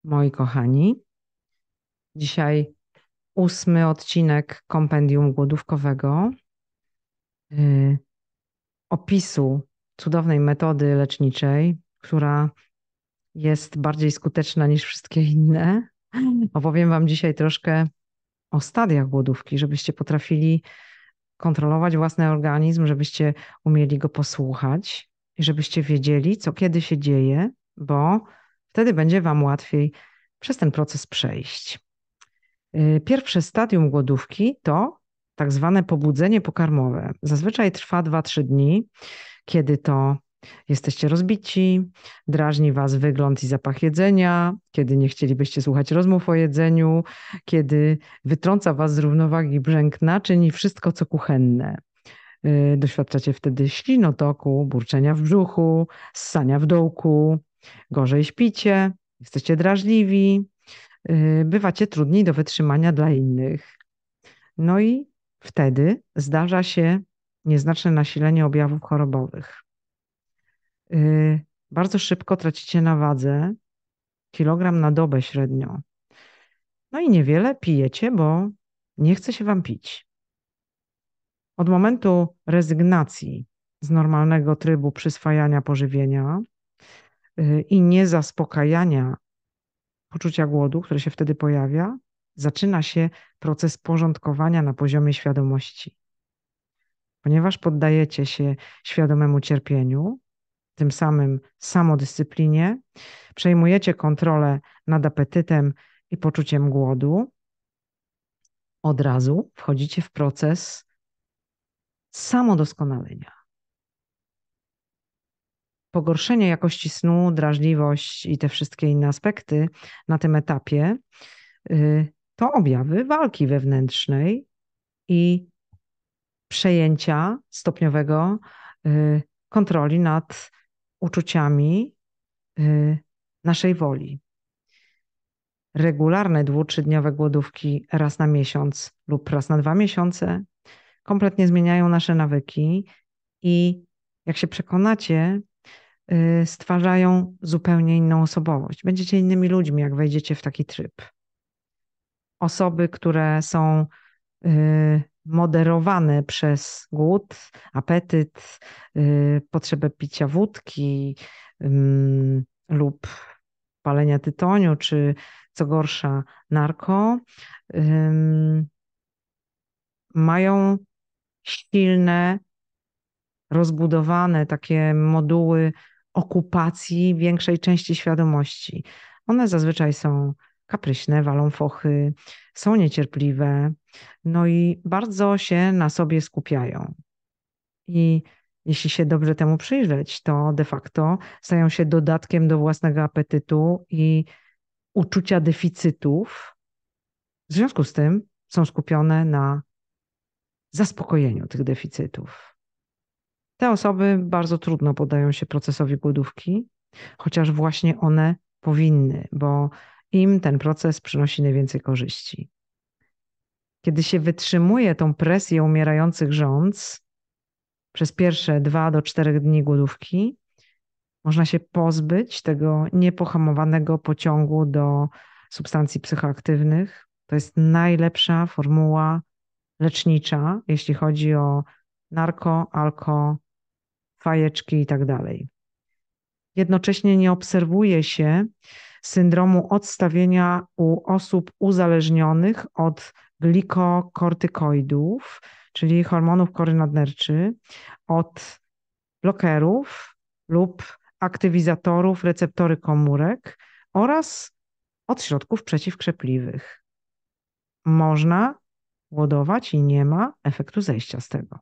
Moi kochani, dzisiaj 8 odcinek kompendium głodówkowego, y, opisu cudownej metody leczniczej, która jest bardziej skuteczna niż wszystkie inne. Opowiem Wam dzisiaj troszkę o stadiach głodówki, żebyście potrafili kontrolować własny organizm, żebyście umieli go posłuchać i żebyście wiedzieli, co kiedy się dzieje, bo wtedy będzie Wam łatwiej przez ten proces przejść. Pierwsze stadium głodówki to tak zwane pobudzenie pokarmowe. Zazwyczaj trwa 2-3 dni, kiedy to jesteście rozbici, drażni was wygląd i zapach jedzenia, kiedy nie chcielibyście słuchać rozmów o jedzeniu, kiedy wytrąca was z równowagi brzęk naczyń i wszystko co kuchenne. Doświadczacie wtedy ślinotoku, burczenia w brzuchu, ssania w dołku, gorzej śpicie, jesteście drażliwi, bywacie trudni do wytrzymania dla innych. No i wtedy zdarza się nieznaczne nasilenie objawów chorobowych. Bardzo szybko tracicie na wadze, kilogram na dobę średnio. No i niewiele pijecie, bo nie chce się wam pić. Od momentu rezygnacji z normalnego trybu przyswajania pożywienia i niezaspokajania poczucia głodu, które się wtedy pojawia, zaczyna się proces porządkowania na poziomie świadomości. Ponieważ poddajecie się świadomemu cierpieniu, tym samym samodyscyplinie, przejmujecie kontrolę nad apetytem i poczuciem głodu, od razu wchodzicie w proces samodoskonalenia. Pogorszenie jakości snu, drażliwość i te wszystkie inne aspekty na tym etapie to objawy walki wewnętrznej i przejęcia stopniowego kontroli nad uczuciami naszej woli. Regularne 2-3 dniowe głodówki raz na miesiąc lub raz na 2 miesiące kompletnie zmieniają nasze nawyki i jak się przekonacie, stwarzają zupełnie inną osobowość. Będziecie innymi ludźmi, jak wejdziecie w taki tryb. Osoby, które są moderowane przez głód, apetyt, potrzebę picia wódki lub palenia tytoniu, czy co gorsza, narko, mają silne, rozbudowane takie moduły okupacji większej części świadomości. One zazwyczaj są kapryśne, walą fochy, są niecierpliwe, no i bardzo się na sobie skupiają. I jeśli się dobrze temu przyjrzeć, to de facto stają się dodatkiem do własnego apetytu i uczucia deficytów. W związku z tym są skupione na zaspokojeniu tych deficytów. Te osoby bardzo trudno poddają się procesowi głodówki, chociaż właśnie one powinny, bo im ten proces przynosi najwięcej korzyści. Kiedy się wytrzymuje tą presję umierających żądz przez pierwsze 2 do 4 dni głodówki, można się pozbyć tego niepohamowanego pociągu do substancji psychoaktywnych. To jest najlepsza formuła lecznicza, jeśli chodzi o narko, alko, fajeczki i tak dalej. Jednocześnie nie obserwuje się syndromu odstawienia u osób uzależnionych od glikokortykoidów, czyli hormonów kory nadnerczy, od blokerów lub aktywizatorów receptory komórek oraz od środków przeciwkrzepliwych. Można głodować i nie ma efektu zejścia z tego.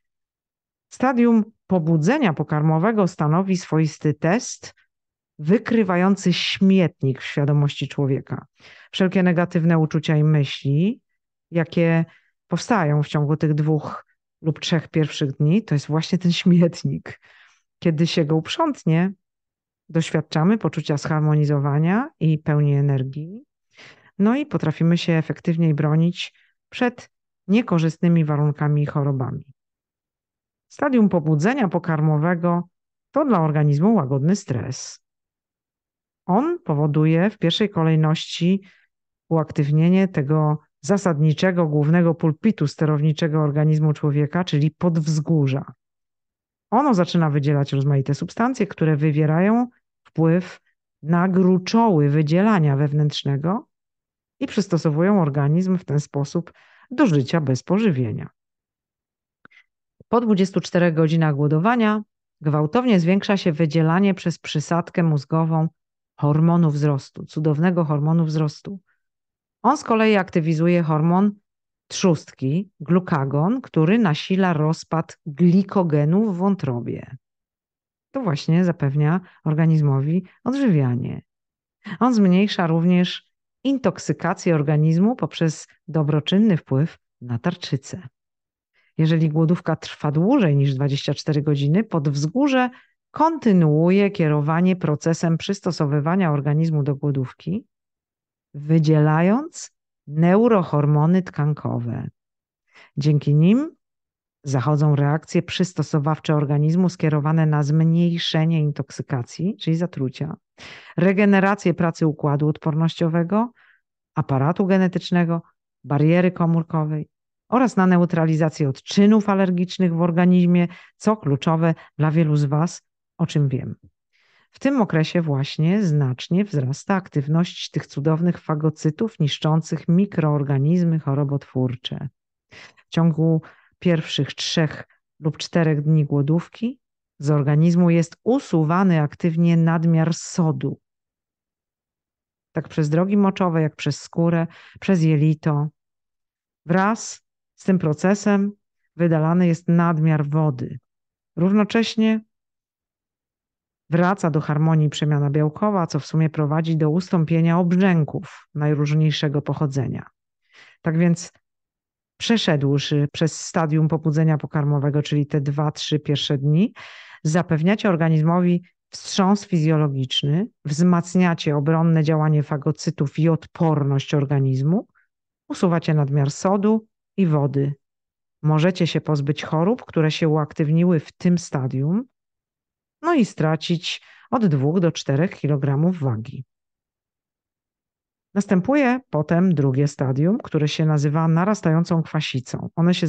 Stadium pobudzenia pokarmowego stanowi swoisty test wykrywający śmietnik w świadomości człowieka. Wszelkie negatywne uczucia i myśli, jakie powstają w ciągu tych 2 lub 3 pierwszych dni, to jest właśnie ten śmietnik. Kiedy się go uprzątnie, doświadczamy poczucia zharmonizowania i pełni energii, no i potrafimy się efektywniej bronić przed niekorzystnymi warunkami i chorobami. Stadium pobudzenia pokarmowego to dla organizmu łagodny stres. On powoduje w pierwszej kolejności uaktywnienie tego zasadniczego, głównego pulpitu sterowniczego organizmu człowieka, czyli podwzgórza. Ono zaczyna wydzielać rozmaite substancje, które wywierają wpływ na gruczoły wydzielania wewnętrznego i przystosowują organizm w ten sposób do życia bez pożywienia. Po 24 godzinach głodowania gwałtownie zwiększa się wydzielanie przez przysadkę mózgową hormonu wzrostu, cudownego hormonu wzrostu. On z kolei aktywizuje hormon trzustki, glukagon, który nasila rozpad glikogenu w wątrobie. To właśnie zapewnia organizmowi odżywianie. On zmniejsza również intoksykację organizmu poprzez dobroczynny wpływ na tarczycę. Jeżeli głodówka trwa dłużej niż 24 godziny, podwzgórze kontynuuje kierowanie procesem przystosowywania organizmu do głodówki, wydzielając neurohormony tkankowe. Dzięki nim zachodzą reakcje przystosowawcze organizmu skierowane na zmniejszenie intoksykacji, czyli zatrucia, regenerację pracy układu odpornościowego, aparatu genetycznego, bariery komórkowej oraz na neutralizację odczynów alergicznych w organizmie, co kluczowe dla wielu z Was, o czym wiem. W tym okresie właśnie znacznie wzrasta aktywność tych cudownych fagocytów niszczących mikroorganizmy chorobotwórcze. W ciągu pierwszych 3 lub 4 dni głodówki z organizmu jest usuwany aktywnie nadmiar sodu. Tak przez drogi moczowe, jak przez skórę, przez jelito. Wraz z tym procesem wydalany jest nadmiar wody. Równocześnie wraca do harmonii przemiana białkowa, co w sumie prowadzi do ustąpienia obrzęków najróżniejszego pochodzenia. Tak więc przeszedłszy przez stadium pobudzenia pokarmowego, czyli te 2-3 pierwsze dni, zapewniacie organizmowi wstrząs fizjologiczny, wzmacniacie obronne działanie fagocytów i odporność organizmu, usuwacie nadmiar sodu i wody. Możecie się pozbyć chorób, które się uaktywniły w tym stadium, no i stracić od 2 do 4 kg wagi. Następuje potem drugie stadium, które się nazywa narastającą kwasicą.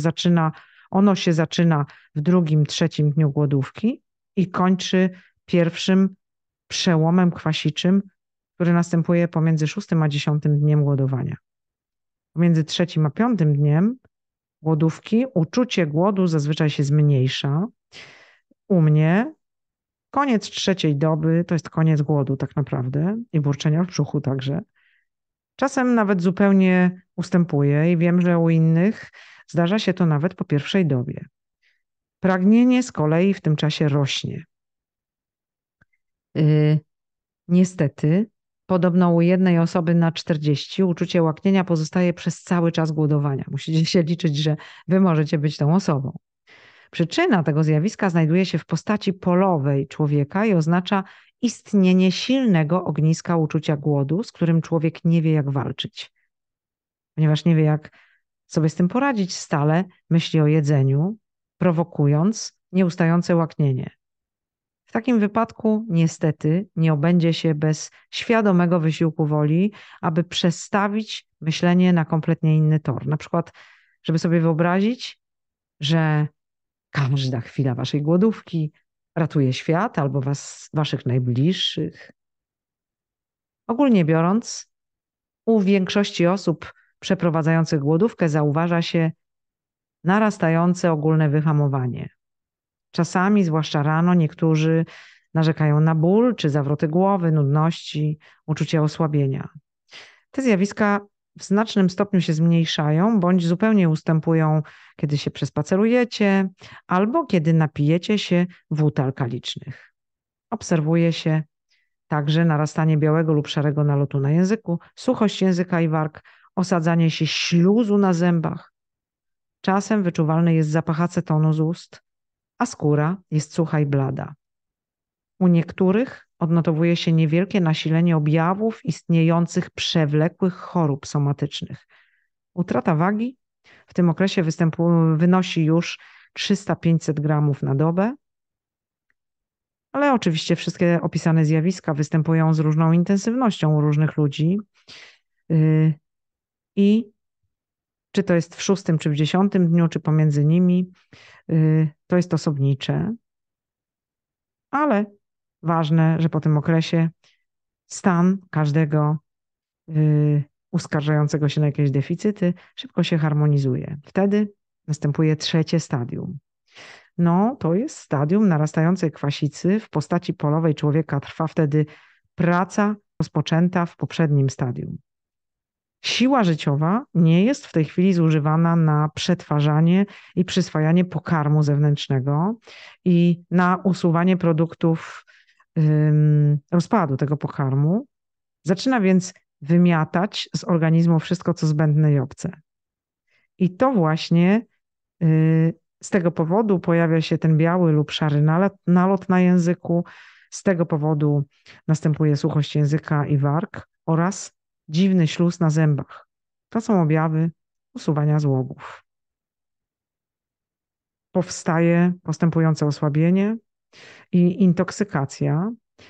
Ono się zaczyna w 2-3 dniu głodówki i kończy pierwszym przełomem kwasiczym, który następuje pomiędzy 6 a 10 dniem głodowania. Pomiędzy 3 a 5 dniem głodówki uczucie głodu zazwyczaj się zmniejsza. U mnie koniec 3. doby to jest koniec głodu tak naprawdę i burczenia w brzuchu także. Czasem nawet zupełnie ustępuje i wiem, że u innych zdarza się to nawet po 1. dobie. Pragnienie z kolei w tym czasie rośnie. Niestety, podobno u jednej osoby na 40 uczucie łaknienia pozostaje przez cały czas głodowania. Musicie się liczyć, że wy możecie być tą osobą. Przyczyna tego zjawiska znajduje się w postaci polowej człowieka i oznacza istnienie silnego ogniska uczucia głodu, z którym człowiek nie wie, jak walczyć. Ponieważ nie wie, jak sobie z tym poradzić, stale myśli o jedzeniu, prowokując nieustające łaknienie. W takim wypadku niestety nie obędzie się bez świadomego wysiłku woli, aby przestawić myślenie na kompletnie inny tor. Na przykład, żeby sobie wyobrazić, że każda chwila waszej głodówki ratuje świat albo waszych najbliższych. Ogólnie biorąc, u większości osób przeprowadzających głodówkę zauważa się narastające ogólne wyhamowanie. Czasami, zwłaszcza rano, niektórzy narzekają na ból czy zawroty głowy, nudności, uczucie osłabienia. Te zjawiska w znacznym stopniu się zmniejszają bądź zupełnie ustępują, kiedy się przespacerujecie albo kiedy napijecie się wód alkalicznych. Obserwuje się także narastanie białego lub szarego nalotu na języku, suchość języka i warg, osadzanie się śluzu na zębach. Czasem wyczuwalny jest zapach acetonu z ust, a skóra jest sucha i blada. U niektórych odnotowuje się niewielkie nasilenie objawów istniejących przewlekłych chorób somatycznych. Utrata wagi w tym okresie wynosi już 300-500 gramów na dobę, ale oczywiście wszystkie opisane zjawiska występują z różną intensywnością u różnych ludzi. I czy to jest w 6., czy w 10. dniu, czy pomiędzy nimi, to jest osobnicze, ale ważne, że po tym okresie stan każdego uskarżającego się na jakieś deficyty szybko się harmonizuje. Wtedy następuje 3. stadium. No, to jest stadium narastającej kwasicy w postaci polowej człowieka. Trwa wtedy praca rozpoczęta w poprzednim stadium. Siła życiowa nie jest w tej chwili zużywana na przetwarzanie i przyswajanie pokarmu zewnętrznego i na usuwanie produktów rozpadu tego pokarmu. Zaczyna więc wymiatać z organizmu wszystko, co zbędne i obce. I to właśnie z tego powodu pojawia się ten biały lub szary nalot na języku. Z tego powodu następuje suchość języka i warg oraz dziwny śluz na zębach. To są objawy usuwania złogów. Powstaje postępujące osłabienie i intoksykacja.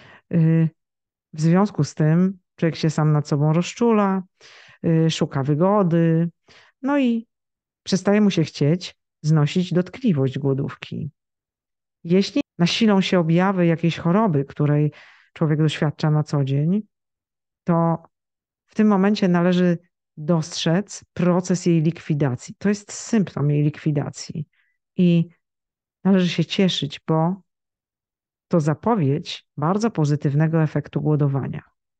W związku z tym człowiek się sam nad sobą rozczula, szuka wygody, no i przestaje mu się chcieć znosić dotkliwość głodówki. Jeśli nasilą się objawy jakiejś choroby, której człowiek doświadcza na co dzień, to w tym momencie należy dostrzec proces jej likwidacji. To jest symptom jej likwidacji. I należy się cieszyć, bo to zapowiedź bardzo pozytywnego efektu głodowania.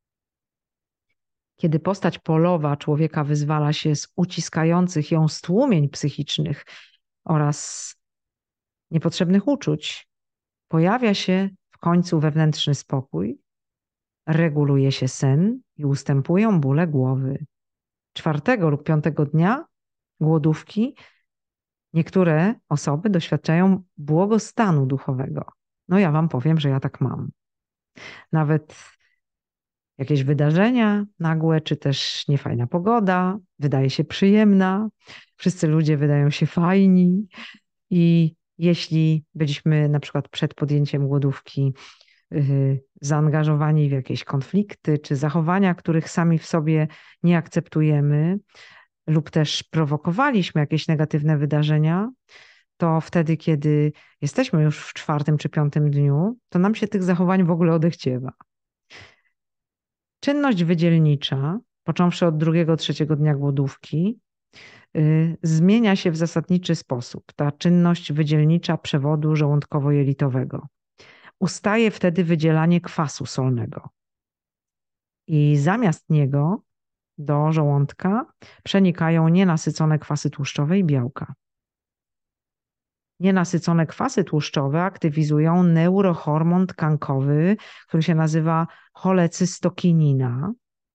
Kiedy postać polowa człowieka wyzwala się z uciskających ją stłumień psychicznych oraz niepotrzebnych uczuć, pojawia się w końcu wewnętrzny spokój, reguluje się sen i ustępują bóle głowy. 4. lub 5. dnia głodówki niektóre osoby doświadczają błogostanu duchowego. No ja wam powiem, że ja tak mam. Nawet jakieś wydarzenia nagłe, czy też niefajna pogoda wydaje się przyjemna, wszyscy ludzie wydają się fajni i jeśli byliśmy na przykład przed podjęciem głodówki zaangażowani w jakieś konflikty czy zachowania, których sami w sobie nie akceptujemy, lub też prowokowaliśmy jakieś negatywne wydarzenia, to wtedy, kiedy jesteśmy już w 4. czy 5. dniu, to nam się tych zachowań w ogóle odechciewa. Czynność wydzielnicza, począwszy od 2., 3. dnia głodówki, zmienia się w zasadniczy sposób. Ta czynność wydzielnicza przewodu żołądkowo-jelitowego. Ustaje wtedy wydzielanie kwasu solnego. I zamiast niego do żołądka przenikają nienasycone kwasy tłuszczowe i białka. Nienasycone kwasy tłuszczowe aktywizują neurohormon tkankowy, który się nazywa cholecystokinina.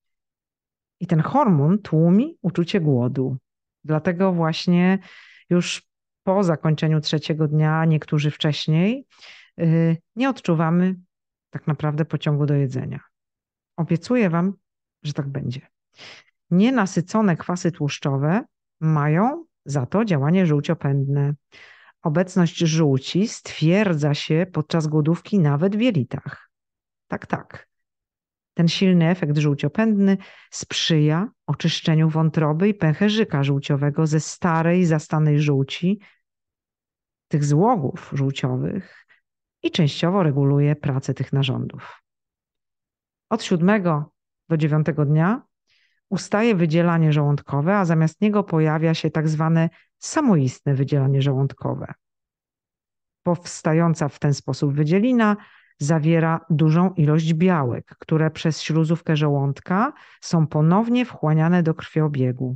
I ten hormon tłumi uczucie głodu. Dlatego właśnie już po zakończeniu 3. dnia, niektórzy wcześniej, nie odczuwamy tak naprawdę pociągu do jedzenia. Obiecuję wam, że tak będzie. Nienasycone kwasy tłuszczowe mają za to działanie żółciopędne. Obecność żółci stwierdza się podczas głodówki nawet w jelitach. Tak, tak. Ten silny efekt żółciopędny sprzyja oczyszczeniu wątroby i pęcherzyka żółciowego ze starej, zastanej żółci, tych złogów żółciowych i częściowo reguluje pracę tych narządów. Od 7. do 9. dnia ustaje wydzielanie żołądkowe, a zamiast niego pojawia się tak zwane samoistne wydzielanie żołądkowe. Powstająca w ten sposób wydzielina zawiera dużą ilość białek, które przez śluzówkę żołądka są ponownie wchłaniane do krwiobiegu.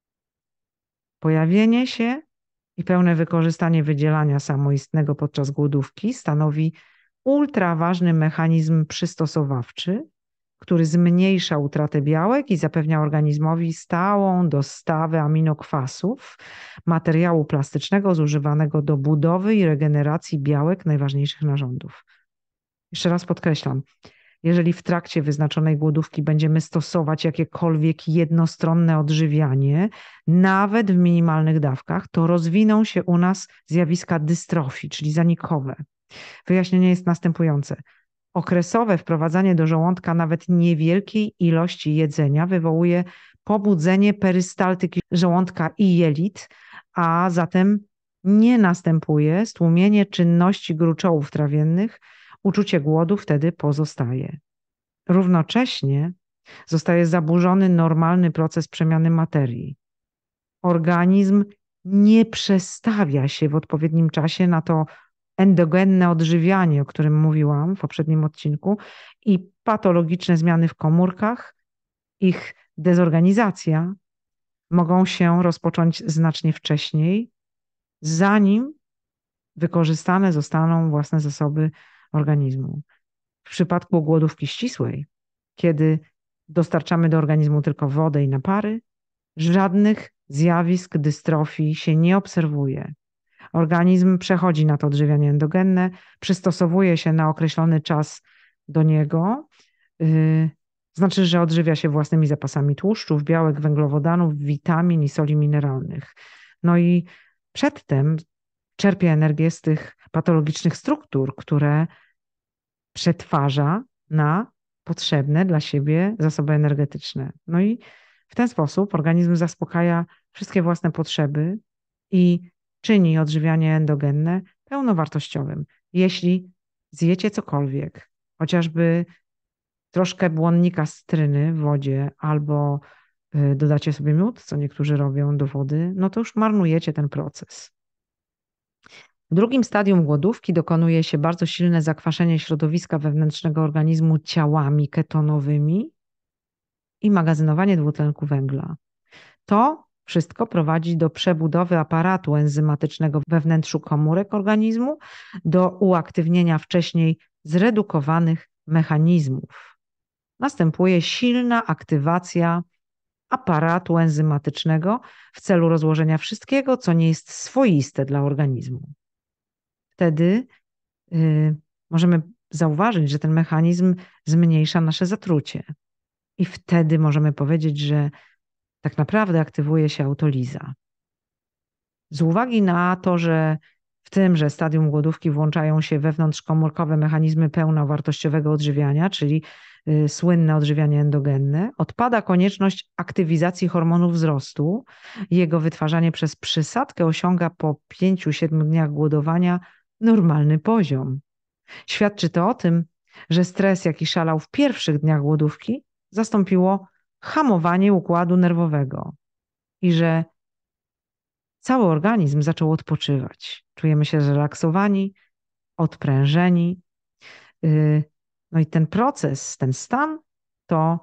Pojawienie się i pełne wykorzystanie wydzielania samoistnego podczas głodówki stanowi ultraważny mechanizm przystosowawczy, który zmniejsza utratę białek i zapewnia organizmowi stałą dostawę aminokwasów, materiału plastycznego zużywanego do budowy i regeneracji białek najważniejszych narządów. Jeszcze raz podkreślam, jeżeli w trakcie wyznaczonej głodówki będziemy stosować jakiekolwiek jednostronne odżywianie, nawet w minimalnych dawkach, to rozwiną się u nas zjawiska dystrofii, czyli zanikowe. Wyjaśnienie jest następujące. Okresowe wprowadzanie do żołądka nawet niewielkiej ilości jedzenia wywołuje pobudzenie perystaltyki żołądka i jelit, a zatem nie następuje stłumienie czynności gruczołów trawiennych, uczucie głodu wtedy pozostaje. Równocześnie zostaje zaburzony normalny proces przemiany materii. Organizm nie przestawia się w odpowiednim czasie na to endogenne odżywianie, o którym mówiłam w poprzednim odcinku, i patologiczne zmiany w komórkach, ich dezorganizacja mogą się rozpocząć znacznie wcześniej, zanim wykorzystane zostaną własne zasoby organizmu. W przypadku głodówki ścisłej, kiedy dostarczamy do organizmu tylko wodę i napary, żadnych zjawisk dystrofii się nie obserwuje. Organizm przechodzi na to odżywianie endogenne, przystosowuje się na określony czas do niego, znaczy, że odżywia się własnymi zapasami tłuszczów, białek, węglowodanów, witamin i soli mineralnych. No i przedtem czerpie energię z tych patologicznych struktur, które przetwarza na potrzebne dla siebie zasoby energetyczne. No i w ten sposób organizm zaspokaja wszystkie własne potrzeby i czyni odżywianie endogenne pełnowartościowym. Jeśli zjecie cokolwiek, chociażby troszkę błonnika cytryny w wodzie albo dodacie sobie miód, co niektórzy robią do wody, no to już marnujecie ten proces. W drugim stadium głodówki dokonuje się bardzo silne zakwaszenie środowiska wewnętrznego organizmu ciałami ketonowymi i magazynowanie dwutlenku węgla. To wszystko prowadzi do przebudowy aparatu enzymatycznego we wnętrzu komórek organizmu, do uaktywnienia wcześniej zredukowanych mechanizmów. Następuje silna aktywacja aparatu enzymatycznego w celu rozłożenia wszystkiego, co nie jest swoiste dla organizmu. Wtedy możemy zauważyć, że ten mechanizm zmniejsza nasze zatrucie. I wtedy możemy powiedzieć, że tak naprawdę aktywuje się autoliza. Z uwagi na to, że w tymże stadium głodówki włączają się wewnątrzkomórkowe mechanizmy pełnowartościowego odżywiania, czyli słynne odżywianie endogenne, odpada konieczność aktywizacji hormonu wzrostu. Jego wytwarzanie przez przysadkę osiąga po 5-7 dniach głodowania normalny poziom. Świadczy to o tym, że stres, jaki szalał w pierwszych dniach głodówki, zastąpiło hamowanie układu nerwowego i że cały organizm zaczął odpoczywać. Czujemy się zrelaksowani, odprężeni. No i ten proces, ten stan to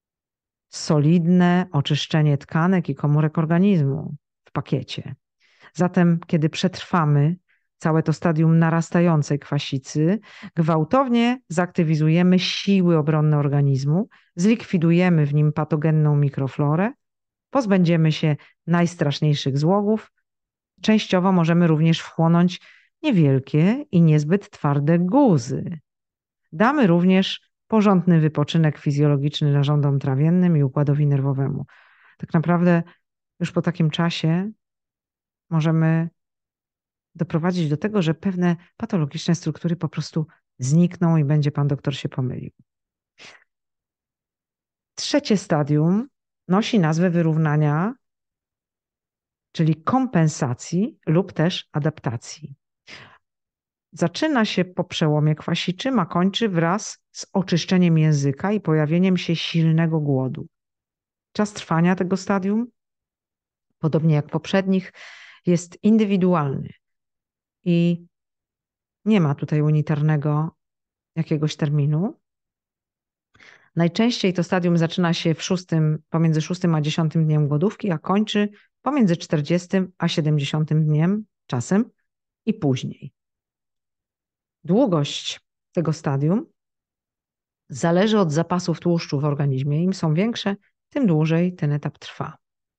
solidne oczyszczenie tkanek i komórek organizmu w pakiecie. Zatem, kiedy przetrwamy całe to stadium narastającej kwasicy, gwałtownie zaktywizujemy siły obronne organizmu, zlikwidujemy w nim patogenną mikroflorę, pozbędziemy się najstraszniejszych złogów. Częściowo możemy również wchłonąć niewielkie i niezbyt twarde guzy. Damy również porządny wypoczynek fizjologiczny narządom trawiennym i układowi nerwowemu. Tak naprawdę już po takim czasie możemy doprowadzić do tego, że pewne patologiczne struktury po prostu znikną i będzie pan doktor się pomylił. Trzecie stadium nosi nazwę wyrównania, czyli kompensacji lub też adaptacji. Zaczyna się po przełomie kwasiczym, a kończy wraz z oczyszczeniem języka i pojawieniem się silnego głodu. Czas trwania tego stadium, podobnie jak poprzednich, jest indywidualny i nie ma tutaj unitarnego jakiegoś terminu. Najczęściej to stadium zaczyna się pomiędzy 6 a 10 dniem głodówki, a kończy pomiędzy 40 a 70 dniem czasem i później. Długość tego stadium zależy od zapasów tłuszczu w organizmie. Im są większe, tym dłużej ten etap trwa.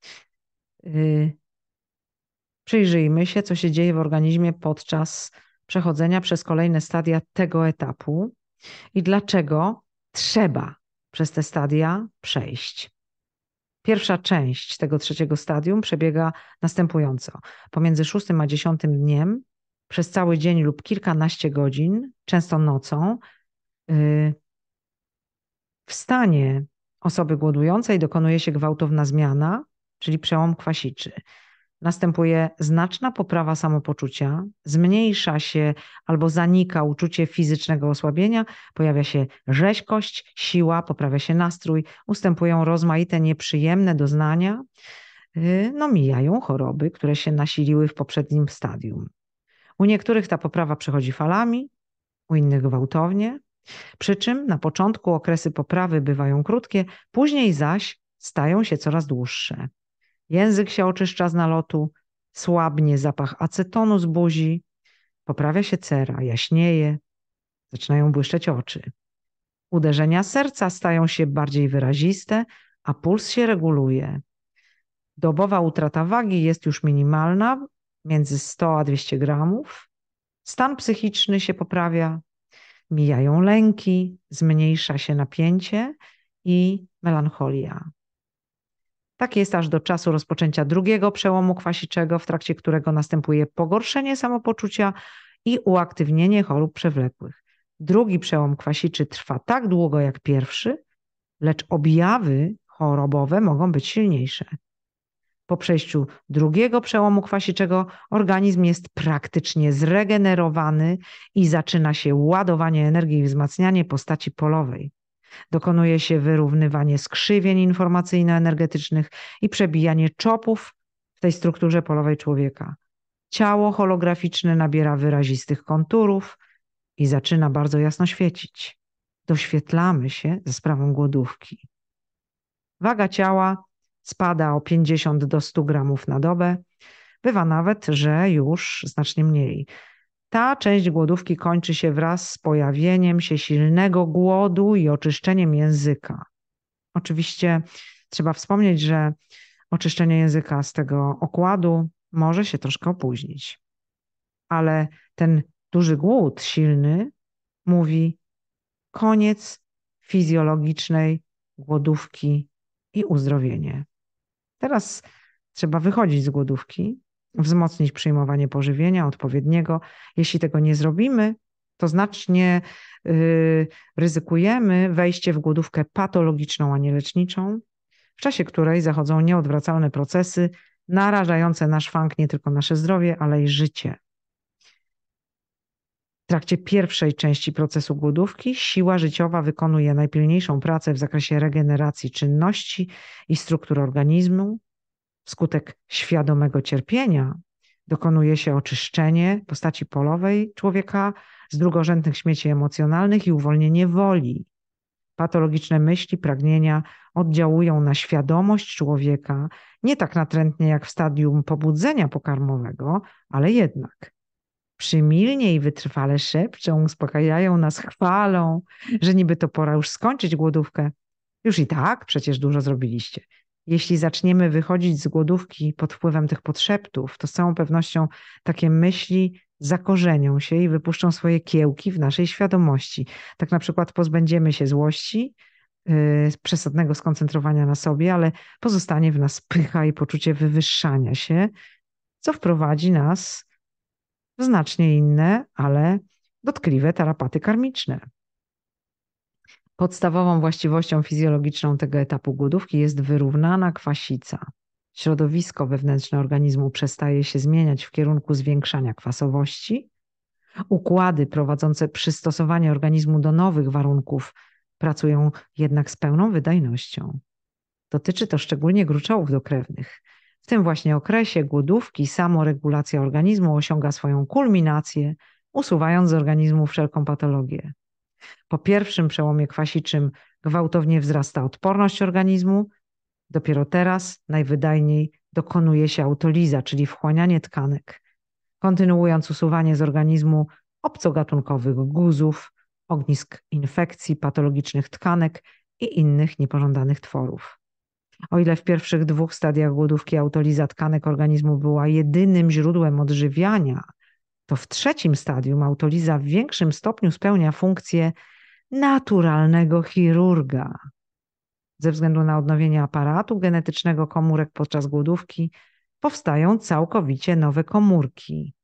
Przyjrzyjmy się, co się dzieje w organizmie podczas przechodzenia przez kolejne stadia tego etapu i dlaczego trzeba przez te stadia przejść. Pierwsza część tego trzeciego stadium przebiega następująco. Pomiędzy 6 a 10 dniem przez cały dzień lub kilkanaście godzin, często nocą, w stanie osoby głodującej dokonuje się gwałtowna zmiana, czyli przełom kwasiczy. Następuje znaczna poprawa samopoczucia, zmniejsza się albo zanika uczucie fizycznego osłabienia, pojawia się rzeźkość, siła, poprawia się nastrój, ustępują rozmaite nieprzyjemne doznania, mijają choroby, które się nasiliły w poprzednim stadium. U niektórych ta poprawa przechodzi falami, u innych gwałtownie, przy czym na początku okresy poprawy bywają krótkie, później zaś stają się coraz dłuższe. Język się oczyszcza z nalotu, słabnie zapach acetonu z buzi, poprawia się cera, jaśnieje, zaczynają błyszczeć oczy. Uderzenia serca stają się bardziej wyraziste, a puls się reguluje. Dobowa utrata wagi jest już minimalna, między 100 a 200 gramów. Stan psychiczny się poprawia, mijają lęki, zmniejsza się napięcie i melancholia. Tak jest aż do czasu rozpoczęcia drugiego przełomu kwasiczego, w trakcie którego następuje pogorszenie samopoczucia i uaktywnienie chorób przewlekłych. Drugi przełom kwasiczy trwa tak długo jak pierwszy, lecz objawy chorobowe mogą być silniejsze. Po przejściu drugiego przełomu kwasiczego organizm jest praktycznie zregenerowany i zaczyna się ładowanie energii i wzmacnianie postaci polowej. Dokonuje się wyrównywanie skrzywień informacyjno-energetycznych i przebijanie czopów w tej strukturze polowej człowieka. Ciało holograficzne nabiera wyrazistych konturów i zaczyna bardzo jasno świecić. Doświetlamy się ze sprawą głodówki. Waga ciała spada o 50 do 100 gramów na dobę. Bywa nawet, że już znacznie mniej. Ta część głodówki kończy się wraz z pojawieniem się silnego głodu i oczyszczeniem języka. Oczywiście trzeba wspomnieć, że oczyszczenie języka z tego okładu może się troszkę opóźnić. Ale ten duży głód silny mówi koniec fizjologicznej głodówki i uzdrowienie. Teraz trzeba wychodzić z głodówki, wzmocnić przyjmowanie pożywienia odpowiedniego. Jeśli tego nie zrobimy, to znacznie ryzykujemy wejście w głodówkę patologiczną, a nie leczniczą, w czasie której zachodzą nieodwracalne procesy narażające na szwank nie tylko nasze zdrowie, ale i życie. W trakcie pierwszej części procesu głodówki siła życiowa wykonuje najpilniejszą pracę w zakresie regeneracji czynności i struktur organizmu. Wskutek świadomego cierpienia dokonuje się oczyszczenie postaci polowej człowieka z drugorzędnych śmieci emocjonalnych i uwolnienie woli. Patologiczne myśli, pragnienia oddziałują na świadomość człowieka nie tak natrętnie jak w stadium pobudzenia pokarmowego, ale jednak. Przymilnie i wytrwale szepczą, uspokajają nas, chwalą, że niby to pora już skończyć głodówkę. Już i tak przecież dużo zrobiliście. Jeśli zaczniemy wychodzić z głodówki pod wpływem tych podszeptów, to z całą pewnością takie myśli zakorzenią się i wypuszczą swoje kiełki w naszej świadomości. Tak na przykład pozbędziemy się złości, przesadnego skoncentrowania na sobie, ale pozostanie w nas pycha i poczucie wywyższania się, co wprowadzi nas w znacznie inne, ale dotkliwe tarapaty karmiczne. Podstawową właściwością fizjologiczną tego etapu głodówki jest wyrównana kwasica. Środowisko wewnętrzne organizmu przestaje się zmieniać w kierunku zwiększania kwasowości. Układy prowadzące przystosowanie organizmu do nowych warunków pracują jednak z pełną wydajnością. Dotyczy to szczególnie gruczołów dokrewnych. W tym właśnie okresie głodówki samoregulacja organizmu osiąga swoją kulminację, usuwając z organizmu wszelką patologię. Po pierwszym przełomie kwasiczym gwałtownie wzrasta odporność organizmu. Dopiero teraz najwydajniej dokonuje się autoliza, czyli wchłanianie tkanek, kontynuując usuwanie z organizmu obcogatunkowych guzów, ognisk infekcji, patologicznych tkanek i innych niepożądanych tworów. O ile w pierwszych dwóch stadiach głodówki autoliza tkanek organizmu była jedynym źródłem odżywiania, to w trzecim stadium autoliza w większym stopniu spełnia funkcję naturalnego chirurga. Ze względu na odnowienie aparatu genetycznego komórek podczas głodówki powstają całkowicie nowe komórki.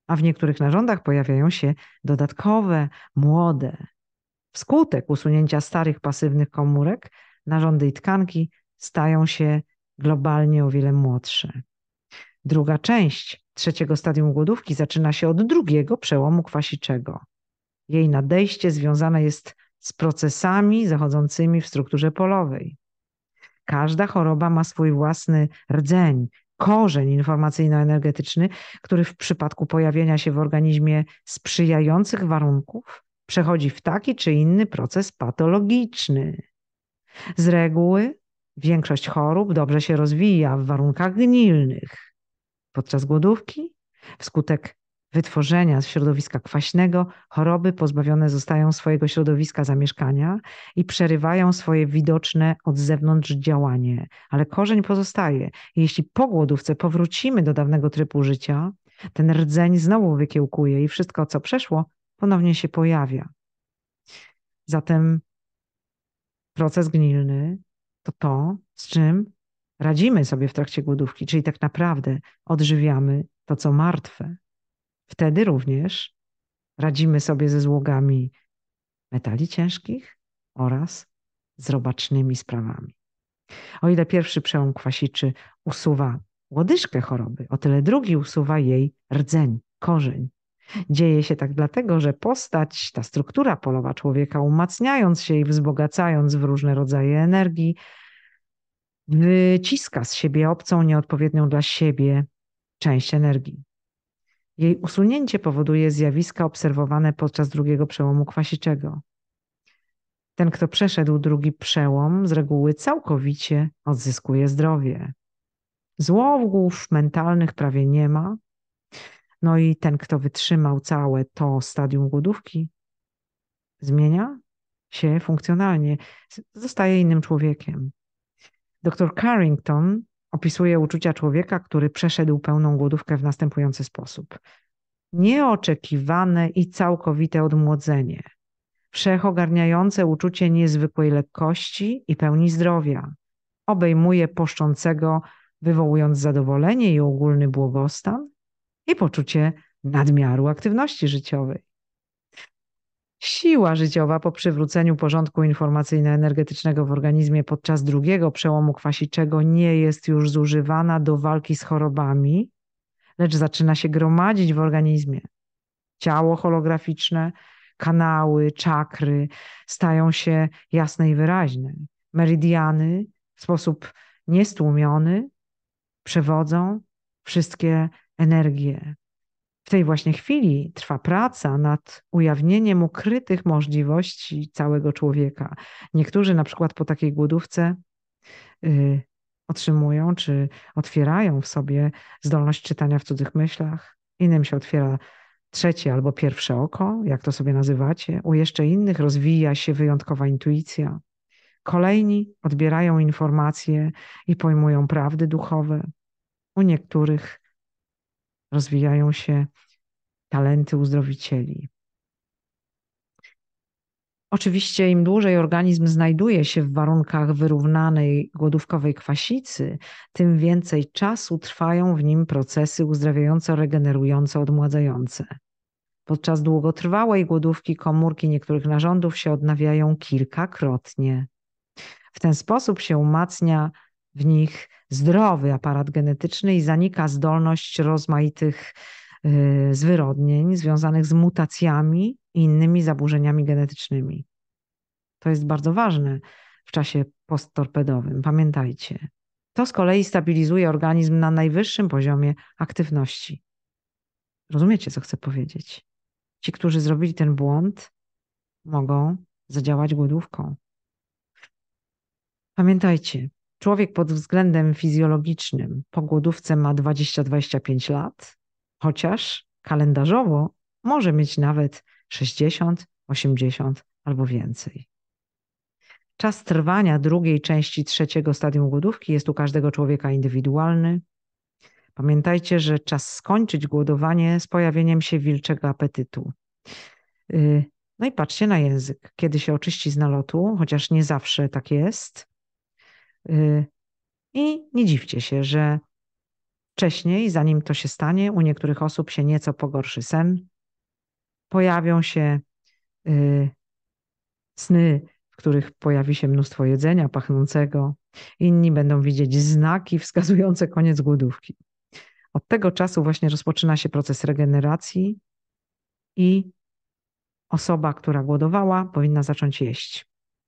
a w niektórych narządach pojawiają się dodatkowe, młode. Wskutek usunięcia starych, pasywnych komórek, narządy i tkanki stają się globalnie o wiele młodsze. Druga część trzeciego stadium głodówki zaczyna się od drugiego przełomu kwasiczego. Jej nadejście związane jest z procesami zachodzącymi w strukturze polowej. Każda choroba ma swój własny rdzeń, korzeń informacyjno-energetyczny, który w przypadku pojawienia się w organizmie sprzyjających warunków przechodzi w taki czy inny proces patologiczny. Z reguły większość chorób dobrze się rozwija w warunkach gnilnych. Podczas głodówki, wskutek wytworzenia środowiska kwaśnego, choroby pozbawione zostają swojego środowiska zamieszkania i przerywają swoje widoczne od zewnątrz działanie, ale korzeń pozostaje. I jeśli po głodówce powrócimy do dawnego trybu życia, ten rdzeń znowu wykiełkuje i wszystko, co przeszło, ponownie się pojawia. Zatem proces gnilny to to, z czym radzimy sobie w trakcie głodówki, czyli tak naprawdę odżywiamy to, co martwe. Wtedy również radzimy sobie ze złogami metali ciężkich oraz z robacznymi sprawami. O ile pierwszy przełom kwasiczy usuwa łodyżkę choroby, o tyle drugi usuwa jej rdzeń, korzeń. Dzieje się tak dlatego, że postać, ta struktura polowa człowieka, umacniając się i wzbogacając w różne rodzaje energii, wyciska z siebie obcą, nieodpowiednią dla siebie część energii. Jej usunięcie powoduje zjawiska obserwowane podczas drugiego przełomu kwasiczego. Ten, kto przeszedł drugi przełom, z reguły całkowicie odzyskuje zdrowie. Złogów mentalnych prawie nie ma. No i ten, kto wytrzymał całe to stadium głodówki, zmienia się funkcjonalnie, zostaje innym człowiekiem. Dr Carrington opisuje uczucia człowieka, który przeszedł pełną głodówkę w następujący sposób. Nieoczekiwane i całkowite odmłodzenie. Wszechogarniające uczucie niezwykłej lekkości i pełni zdrowia. Obejmuje poszczącego, wywołując zadowolenie i ogólny błogostan i poczucie nadmiaru aktywności życiowej. Siła życiowa po przywróceniu porządku informacyjno-energetycznego w organizmie podczas drugiego przełomu kwasiczego nie jest już zużywana do walki z chorobami, lecz zaczyna się gromadzić w organizmie. Ciało holograficzne, kanały, czakry stają się jasne i wyraźne. Meridiany w sposób niestłumiony przewodzą wszystkie energie. W tej właśnie chwili trwa praca nad ujawnieniem ukrytych możliwości całego człowieka. Niektórzy na przykład po takiej głodówce otrzymują czy otwierają w sobie zdolność czytania w cudzych myślach. Innym się otwiera trzecie albo pierwsze oko, jak to sobie nazywacie. U jeszcze innych rozwija się wyjątkowa intuicja. Kolejni odbierają informacje i pojmują prawdy duchowe. U niektórych rozwijają się talenty uzdrowicieli. Oczywiście im dłużej organizm znajduje się w warunkach wyrównanej głodówkowej kwasicy, tym więcej czasu trwają w nim procesy uzdrawiające, regenerujące, odmładzające. Podczas długotrwałej głodówki komórki niektórych narządów się odnawiają kilkakrotnie. W ten sposób się umacnia w nich zdrowy aparat genetyczny i zanika zdolność rozmaitych zwyrodnień związanych z mutacjami i innymi zaburzeniami genetycznymi. To jest bardzo ważne w czasie posttorpedowym. Pamiętajcie. To z kolei stabilizuje organizm na najwyższym poziomie aktywności. Rozumiecie, co chcę powiedzieć? Ci, którzy zrobili ten błąd, mogą zadziałać głodówką. Pamiętajcie, człowiek pod względem fizjologicznym po głodówce ma 20-25 lat, chociaż kalendarzowo może mieć nawet 60, 80 albo więcej. Czas trwania drugiej części trzeciego stadium głodówki jest u każdego człowieka indywidualny. Pamiętajcie, że czas skończyć głodowanie z pojawieniem się wilczego apetytu. No i patrzcie na język. Kiedy się oczyści z nalotu, chociaż nie zawsze tak jest. I nie dziwcie się, że wcześniej, zanim to się stanie, u niektórych osób się nieco pogorszy sen, pojawią się sny, w których pojawi się mnóstwo jedzenia pachnącego. Inni będą widzieć znaki wskazujące koniec głodówki. Od tego czasu właśnie rozpoczyna się proces regeneracji i osoba, która głodowała, powinna zacząć jeść.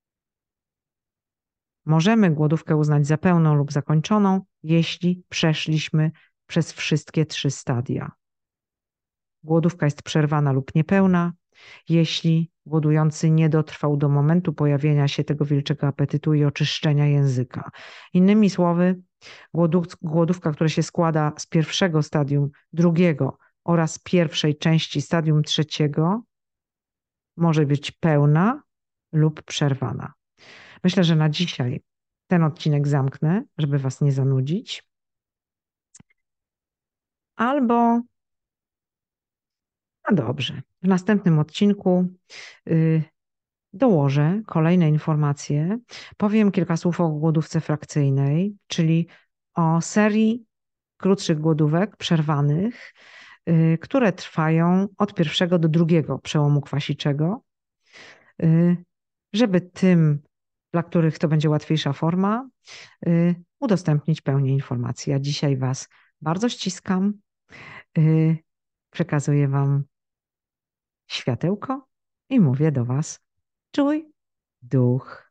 Możemy głodówkę uznać za pełną lub zakończoną, jeśli przeszliśmy przez wszystkie 3 stadia. Głodówka jest przerwana lub niepełna, jeśli głodujący nie dotrwał do momentu pojawienia się tego wilczego apetytu i oczyszczenia języka. Innymi słowy, głodówka, która się składa z pierwszego stadium, drugiego oraz pierwszej części stadium trzeciego, może być pełna lub przerwana. Myślę, że na dzisiaj ten odcinek zamknę, żeby Was nie zanudzić. Albo, no dobrze, w następnym odcinku dołożę kolejne informacje. Powiem kilka słów o głodówce frakcyjnej, czyli o serii krótszych głodówek przerwanych, które trwają od pierwszego do drugiego przełomu kwasiczego, żeby tym, dla których to będzie łatwiejsza forma, udostępnić pełnię informacji. Ja dzisiaj Was bardzo ściskam, przekazuję Wam światełko i mówię do Was: czuj duch.